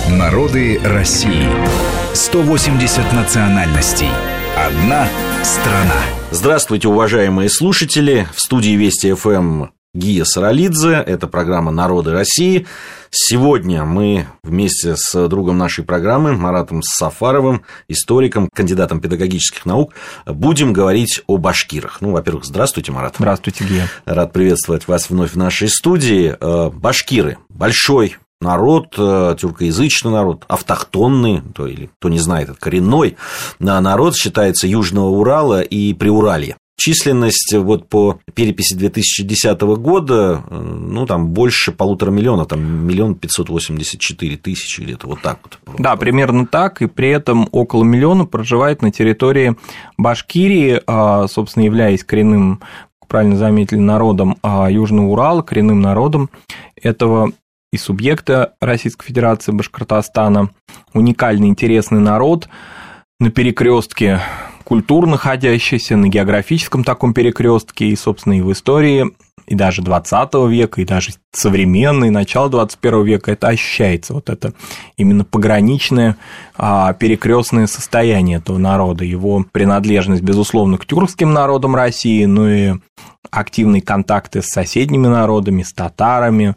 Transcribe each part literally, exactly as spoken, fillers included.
Народы России. сто восемьдесят национальностей. Одна страна. Здравствуйте, уважаемые слушатели. В студии Вести ФМ Гия Саралидзе. Это программа «Народы России». Сегодня мы вместе с другом нашей программы Маратом Сафаровым, историком, кандидатом педагогических наук, будем говорить о башкирах. Ну, во-первых, здравствуйте, Марат. Здравствуйте, Гия. Рад приветствовать вас вновь в нашей студии. Башкиры – большой народ, тюркоязычный народ, автохтонный, то, или кто не знает, это коренной народ, считается Южного Урала и Приуралья. Численность вот по переписи две тысячи десятого года, ну, там больше полутора миллиона, там миллион пятьсот восемьдесят четыре тысячи, где-то вот так вот. Да, примерно так, и при этом около миллиона проживает на территории Башкирии, собственно, являясь коренным, правильно заметили, народом Южного Урала, коренным народом этого и субъекта Российской Федерации Башкортостана. Уникальный, интересный народ на перекрестке культур, находящийся на географическом таком перекрестке, и, собственно, и в истории, и даже двадцатого века, и даже современный, начало двадцать первого века, это ощущается, вот это именно пограничное, перекрестное состояние этого народа, его принадлежность, безусловно, к тюркским народам России, но и активные контакты с соседними народами, с татарами,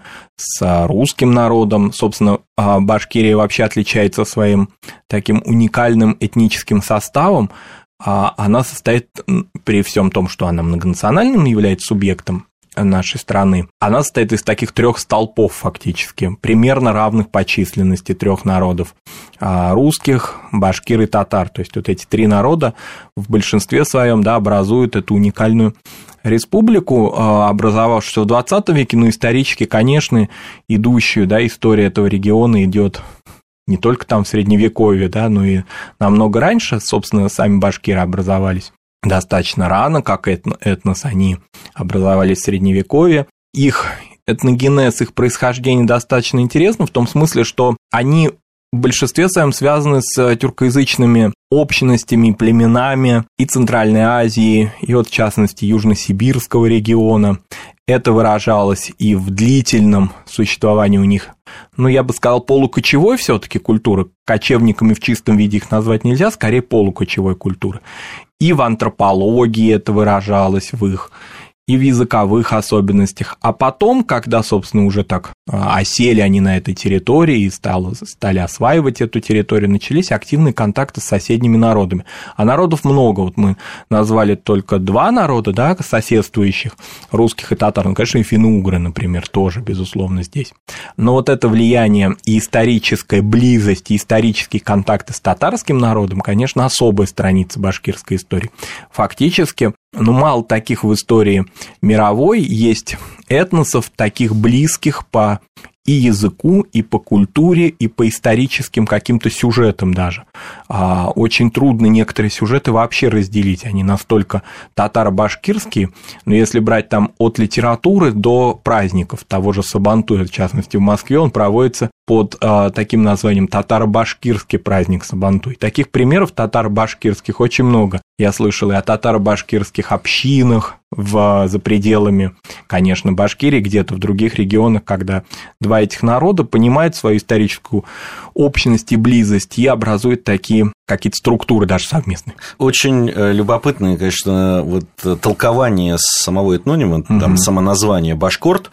с русским народом. Собственно, Башкирия вообще отличается своим таким уникальным этническим составом. Она состоит, при всем том, что она многонациональным является субъектом нашей страны, она состоит из таких трех столпов фактически, примерно равных по численности трех народов: русских, башкир и татар. То есть вот эти три народа в большинстве своем, да, образуют эту уникальную республику, образовавшуюся в двадцатом веке, но исторически, конечно, идущую, да, история этого региона идет не только там в Средневековье, да, но и намного раньше. Собственно, сами башкиры образовались достаточно рано, как этнос, они образовались в Средневековье. Их этногенез, их происхождение достаточно интересно в том смысле, что они в большинстве своем связаны с тюркоязычными общностями, племенами и Центральной Азии, и вот, в частности, Южно-Сибирского региона. Это выражалось и в длительном существовании у них, ну, я бы сказал, полукочевой все-таки культуры. Кочевниками в чистом виде их назвать нельзя, скорее полукочевой культуры. И в антропологии это выражалось в их, и в языковых особенностях. А потом, когда, собственно, уже так осели они на этой территории и стали, стали осваивать эту территорию, начались активные контакты с соседними народами. А народов много. Вот мы назвали только два народа, да, соседствующих, русских и татар. Ну, конечно, и финно-угры, например, тоже, безусловно, здесь. Но вот это влияние и историческая близость, и исторические контакты с татарским народом, конечно, особая страница башкирской истории. Фактически, ну, мало таких в истории мировой есть этносов, таких близких по и языку, и по культуре, и по историческим каким-то сюжетам даже. Очень трудно некоторые сюжеты вообще разделить, они настолько татаро-башкирские, но если брать там от литературы до праздников, того же Сабантуя, в частности, в Москве он проводится под а, таким названием татаро-башкирский праздник Сабантуй. Таких примеров татаро-башкирских очень много. Я слышал и о татаро-башкирских общинах в, за пределами, конечно, Башкирии, где-то в других регионах, когда два этих народа понимают свою историческую общность и близость и образуют такие какие-то структуры даже совместные. Очень любопытное, конечно, вот толкование самого этнонима, угу. Там самоназвание Башкорт.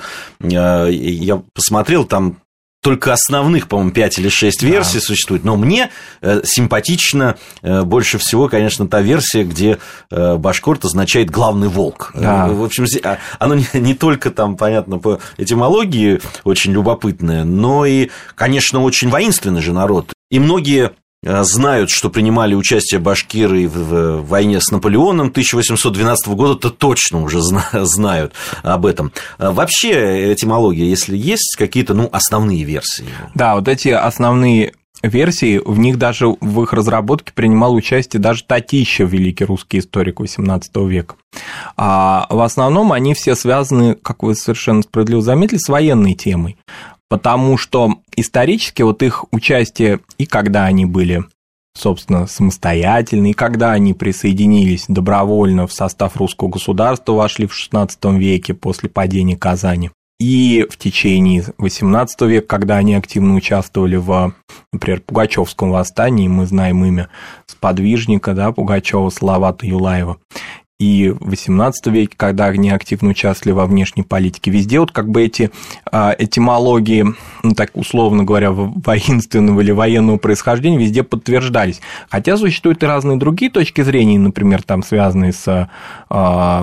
Я посмотрел, там только основных, по-моему, пять или шесть версий да. существует, но мне симпатична больше всего, конечно, та версия, где башкорт означает «главный волк». Да. В общем, оно не только там, понятно, по этимологии очень любопытное, но и, конечно, очень воинственный же народ. И многие знают, что принимали участие башкиры в войне с Наполеоном тысяча восемьсот двенадцатого года, то точно уже знают об этом. Вообще, этимология, если есть какие-то, ну, основные версии? Да, вот эти основные версии, в них даже в их разработке принимал участие даже Татищев, великий русский историк восемнадцатого века. А в основном они все связаны, как вы совершенно справедливо заметили, с военной темой. Потому что исторически вот их участие, и когда они были, собственно, самостоятельны, и когда они присоединились добровольно в состав русского государства, вошли в шестнадцатом веке после падения Казани, и в течение восемнадцатого века, когда они активно участвовали в, например, Пугачевском восстании, мы знаем имя сподвижника, да, Пугачева, Салавата Юлаева, и в восемнадцатом веке, когда они активно участвовали во внешней политике. Везде вот как бы эти этимологии, ну, так условно говоря, воинственного или военного происхождения везде подтверждались. Хотя существуют и разные другие точки зрения, например, там, связанные с э,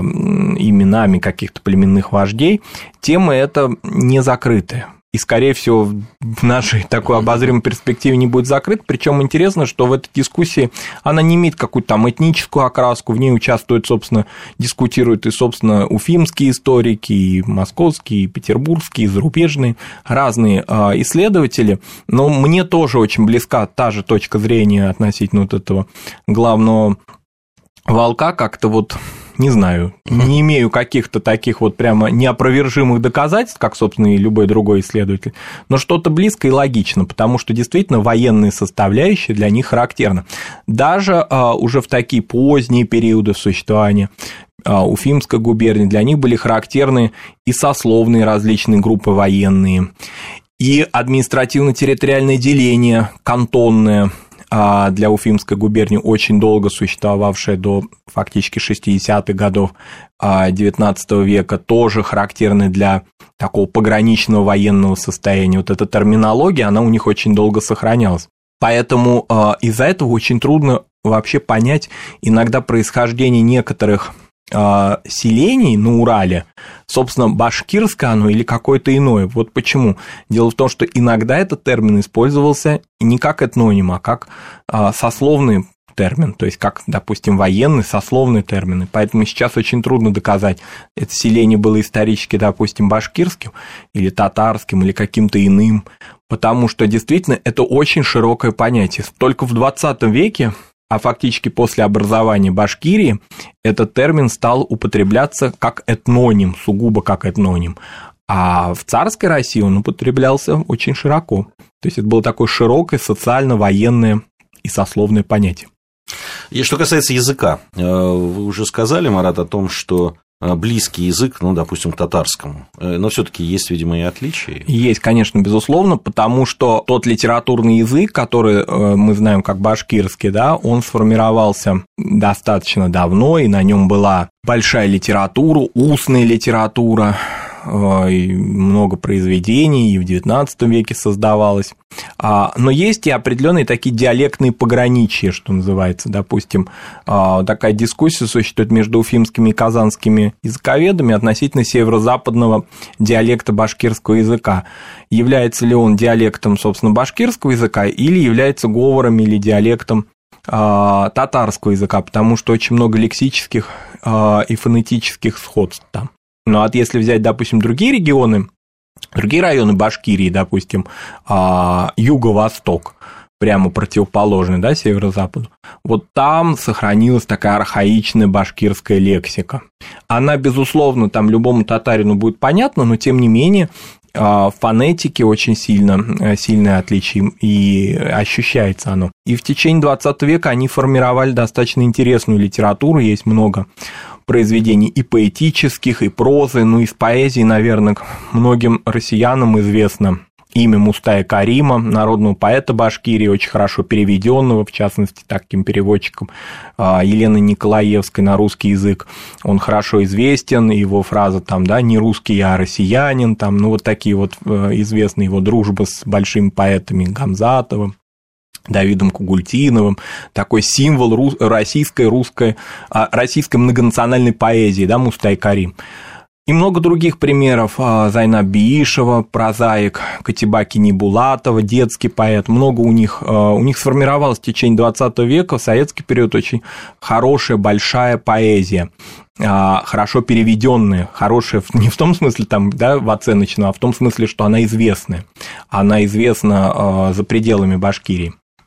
именами каких-то племенных вождей, темы это не закрытые. И, скорее всего, в нашей такой обозримой перспективе не будет закрыт. Причем интересно, что в этой дискуссии она не имеет какую-то там этническую окраску, в ней участвуют, собственно, дискутируют и, собственно, уфимские историки, и московские, и петербургские, и зарубежные, разные исследователи. Но мне тоже очень близка та же точка зрения относительно вот этого главного волка, как-то вот... Не знаю, не имею каких-то таких вот прямо неопровержимых доказательств, как, собственно, и любой другой исследователь, но что-то близко и логично, потому что действительно военные составляющие для них характерны. Даже а, уже в такие поздние периоды существования а, Уфимской губернии для них были характерны и сословные различные группы военные, и административно-территориальное деление, кантонное, для Уфимской губернии, очень долго существовавшая до фактически шестидесятых годов девятнадцатого века, тоже характерны для такого пограничного военного состояния. Вот эта терминология, она у них очень долго сохранялась. Поэтому из-за этого очень трудно вообще понять иногда происхождение некоторых селений на Урале, собственно, башкирское оно или какое-то иное. Вот почему. Дело в том, что иногда этот термин использовался не как этноним, а как сословный термин, то есть как, допустим, военный, сословный термин. Поэтому сейчас очень трудно доказать, это селение было исторически, допустим, башкирским или татарским или каким-то иным, потому что действительно это очень широкое понятие. Только в двадцатом веке, а фактически после образования Башкирии, этот термин стал употребляться как этноним, сугубо как этноним. А в царской России он употреблялся очень широко. То есть это было такое широкое социально-военное и сословное понятие. И что касается языка, вы уже сказали, Марат, о том, что близкий язык, ну, допустим, к татарскому. Но все-таки есть, видимо, и отличия. Есть, конечно, безусловно, потому что тот литературный язык, который мы знаем как башкирский, да, он сформировался достаточно давно, и на нем была большая литература, устная литература, и много произведений, и в девятнадцатом веке создавалось. Но есть и определенные такие диалектные пограничья, что называется. Допустим, такая дискуссия существует между уфимскими и казанскими языковедами относительно северо-западного диалекта башкирского языка. Является ли он диалектом, собственно, башкирского языка или является говором или диалектом татарского языка, потому что очень много лексических и фонетических сходств там. Ну, а если взять, допустим, другие регионы, другие районы Башкирии, допустим, юго-восток, прямо противоположный, да, северо-западу, вот там сохранилась такая архаичная башкирская лексика. Она, безусловно, там любому татарину будет понятна, но, тем не менее, в фонетике очень сильно, сильное отличие, и ощущается оно. И в течение двадцатого века они формировали достаточно интересную литературу, есть много произведений и поэтических, и прозы, ну, из поэзии, наверное, многим россиянам известно имя Мустая Карима, народного поэта Башкирии, очень хорошо переведенного, в частности, таким переводчиком Елены Николаевской на русский язык. Он хорошо известен, его фраза там, да, не русский, я россиянин, там, ну, вот такие вот известные его дружба с большими поэтами Гамзатовым, Давидом Кугультиновым, такой символ рус... российской, русской, российской многонациональной поэзии, да, Мустай Карим. И много других примеров. Зайнаб Биишева, прозаик, Катиба Кинибулатова, детский поэт. Много у них, у них сформировалась в течение двадцатого века, в советский период, очень хорошая, большая поэзия. Хорошо переведенная, хорошая не в том смысле, там, да, в оценочном, а в том смысле, что она известная. Она известна за пределами Башкирии.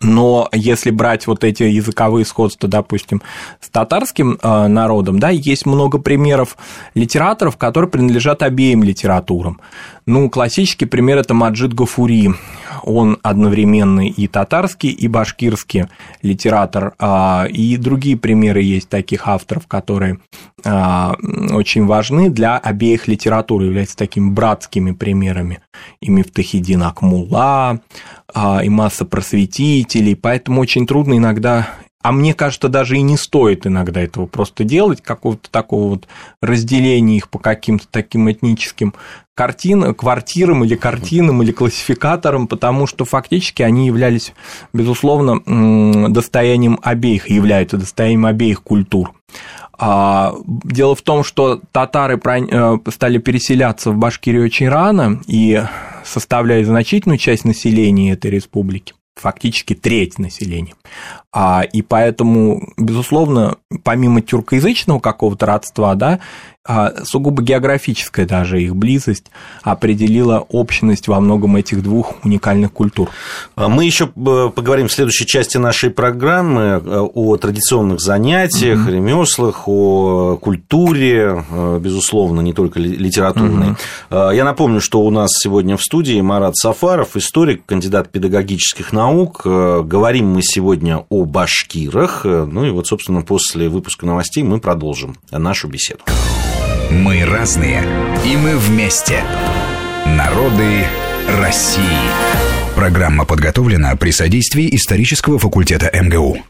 Но если брать вот эти языковые сходства, допустим, с татарским э, народом, да, есть много примеров литераторов, которые принадлежат обеим литературам. Ну, классический пример – это Маджид Гафури. Он одновременно и татарский, и башкирский литератор. И другие примеры есть таких авторов, которые очень важны для обеих литератур, являются такими братскими примерами. И Мифтахиддин Акмулла, и масса просветителей. Поэтому очень трудно иногда... А мне кажется, даже и не стоит иногда этого просто делать, какого-то такого вот разделения их по каким-то таким этническим картинам, квартирам или картинам, или классификаторам, потому что фактически они являлись, безусловно, достоянием обеих, являются достоянием обеих культур. Дело в том, что татары стали переселяться в Башкирию очень рано и составляют значительную часть населения этой республики. Фактически треть населения. И поэтому, безусловно, помимо тюркоязычного какого-то родства, да, сугубо географическая даже их близость определила общность во многом этих двух уникальных культур. Мы еще поговорим в следующей части нашей программы о традиционных занятиях, mm-hmm. ремеслах, о культуре, безусловно, не только литературной. Mm-hmm. Я напомню, что у нас сегодня в студии Марат Сафаров, историк, кандидат педагогических наук. Говорим мы сегодня о башкирах. Ну и вот, собственно, после выпуска новостей мы продолжим нашу беседу. Мы разные, и мы вместе. Народы России. Программа подготовлена при содействии исторического факультета эм гэ у.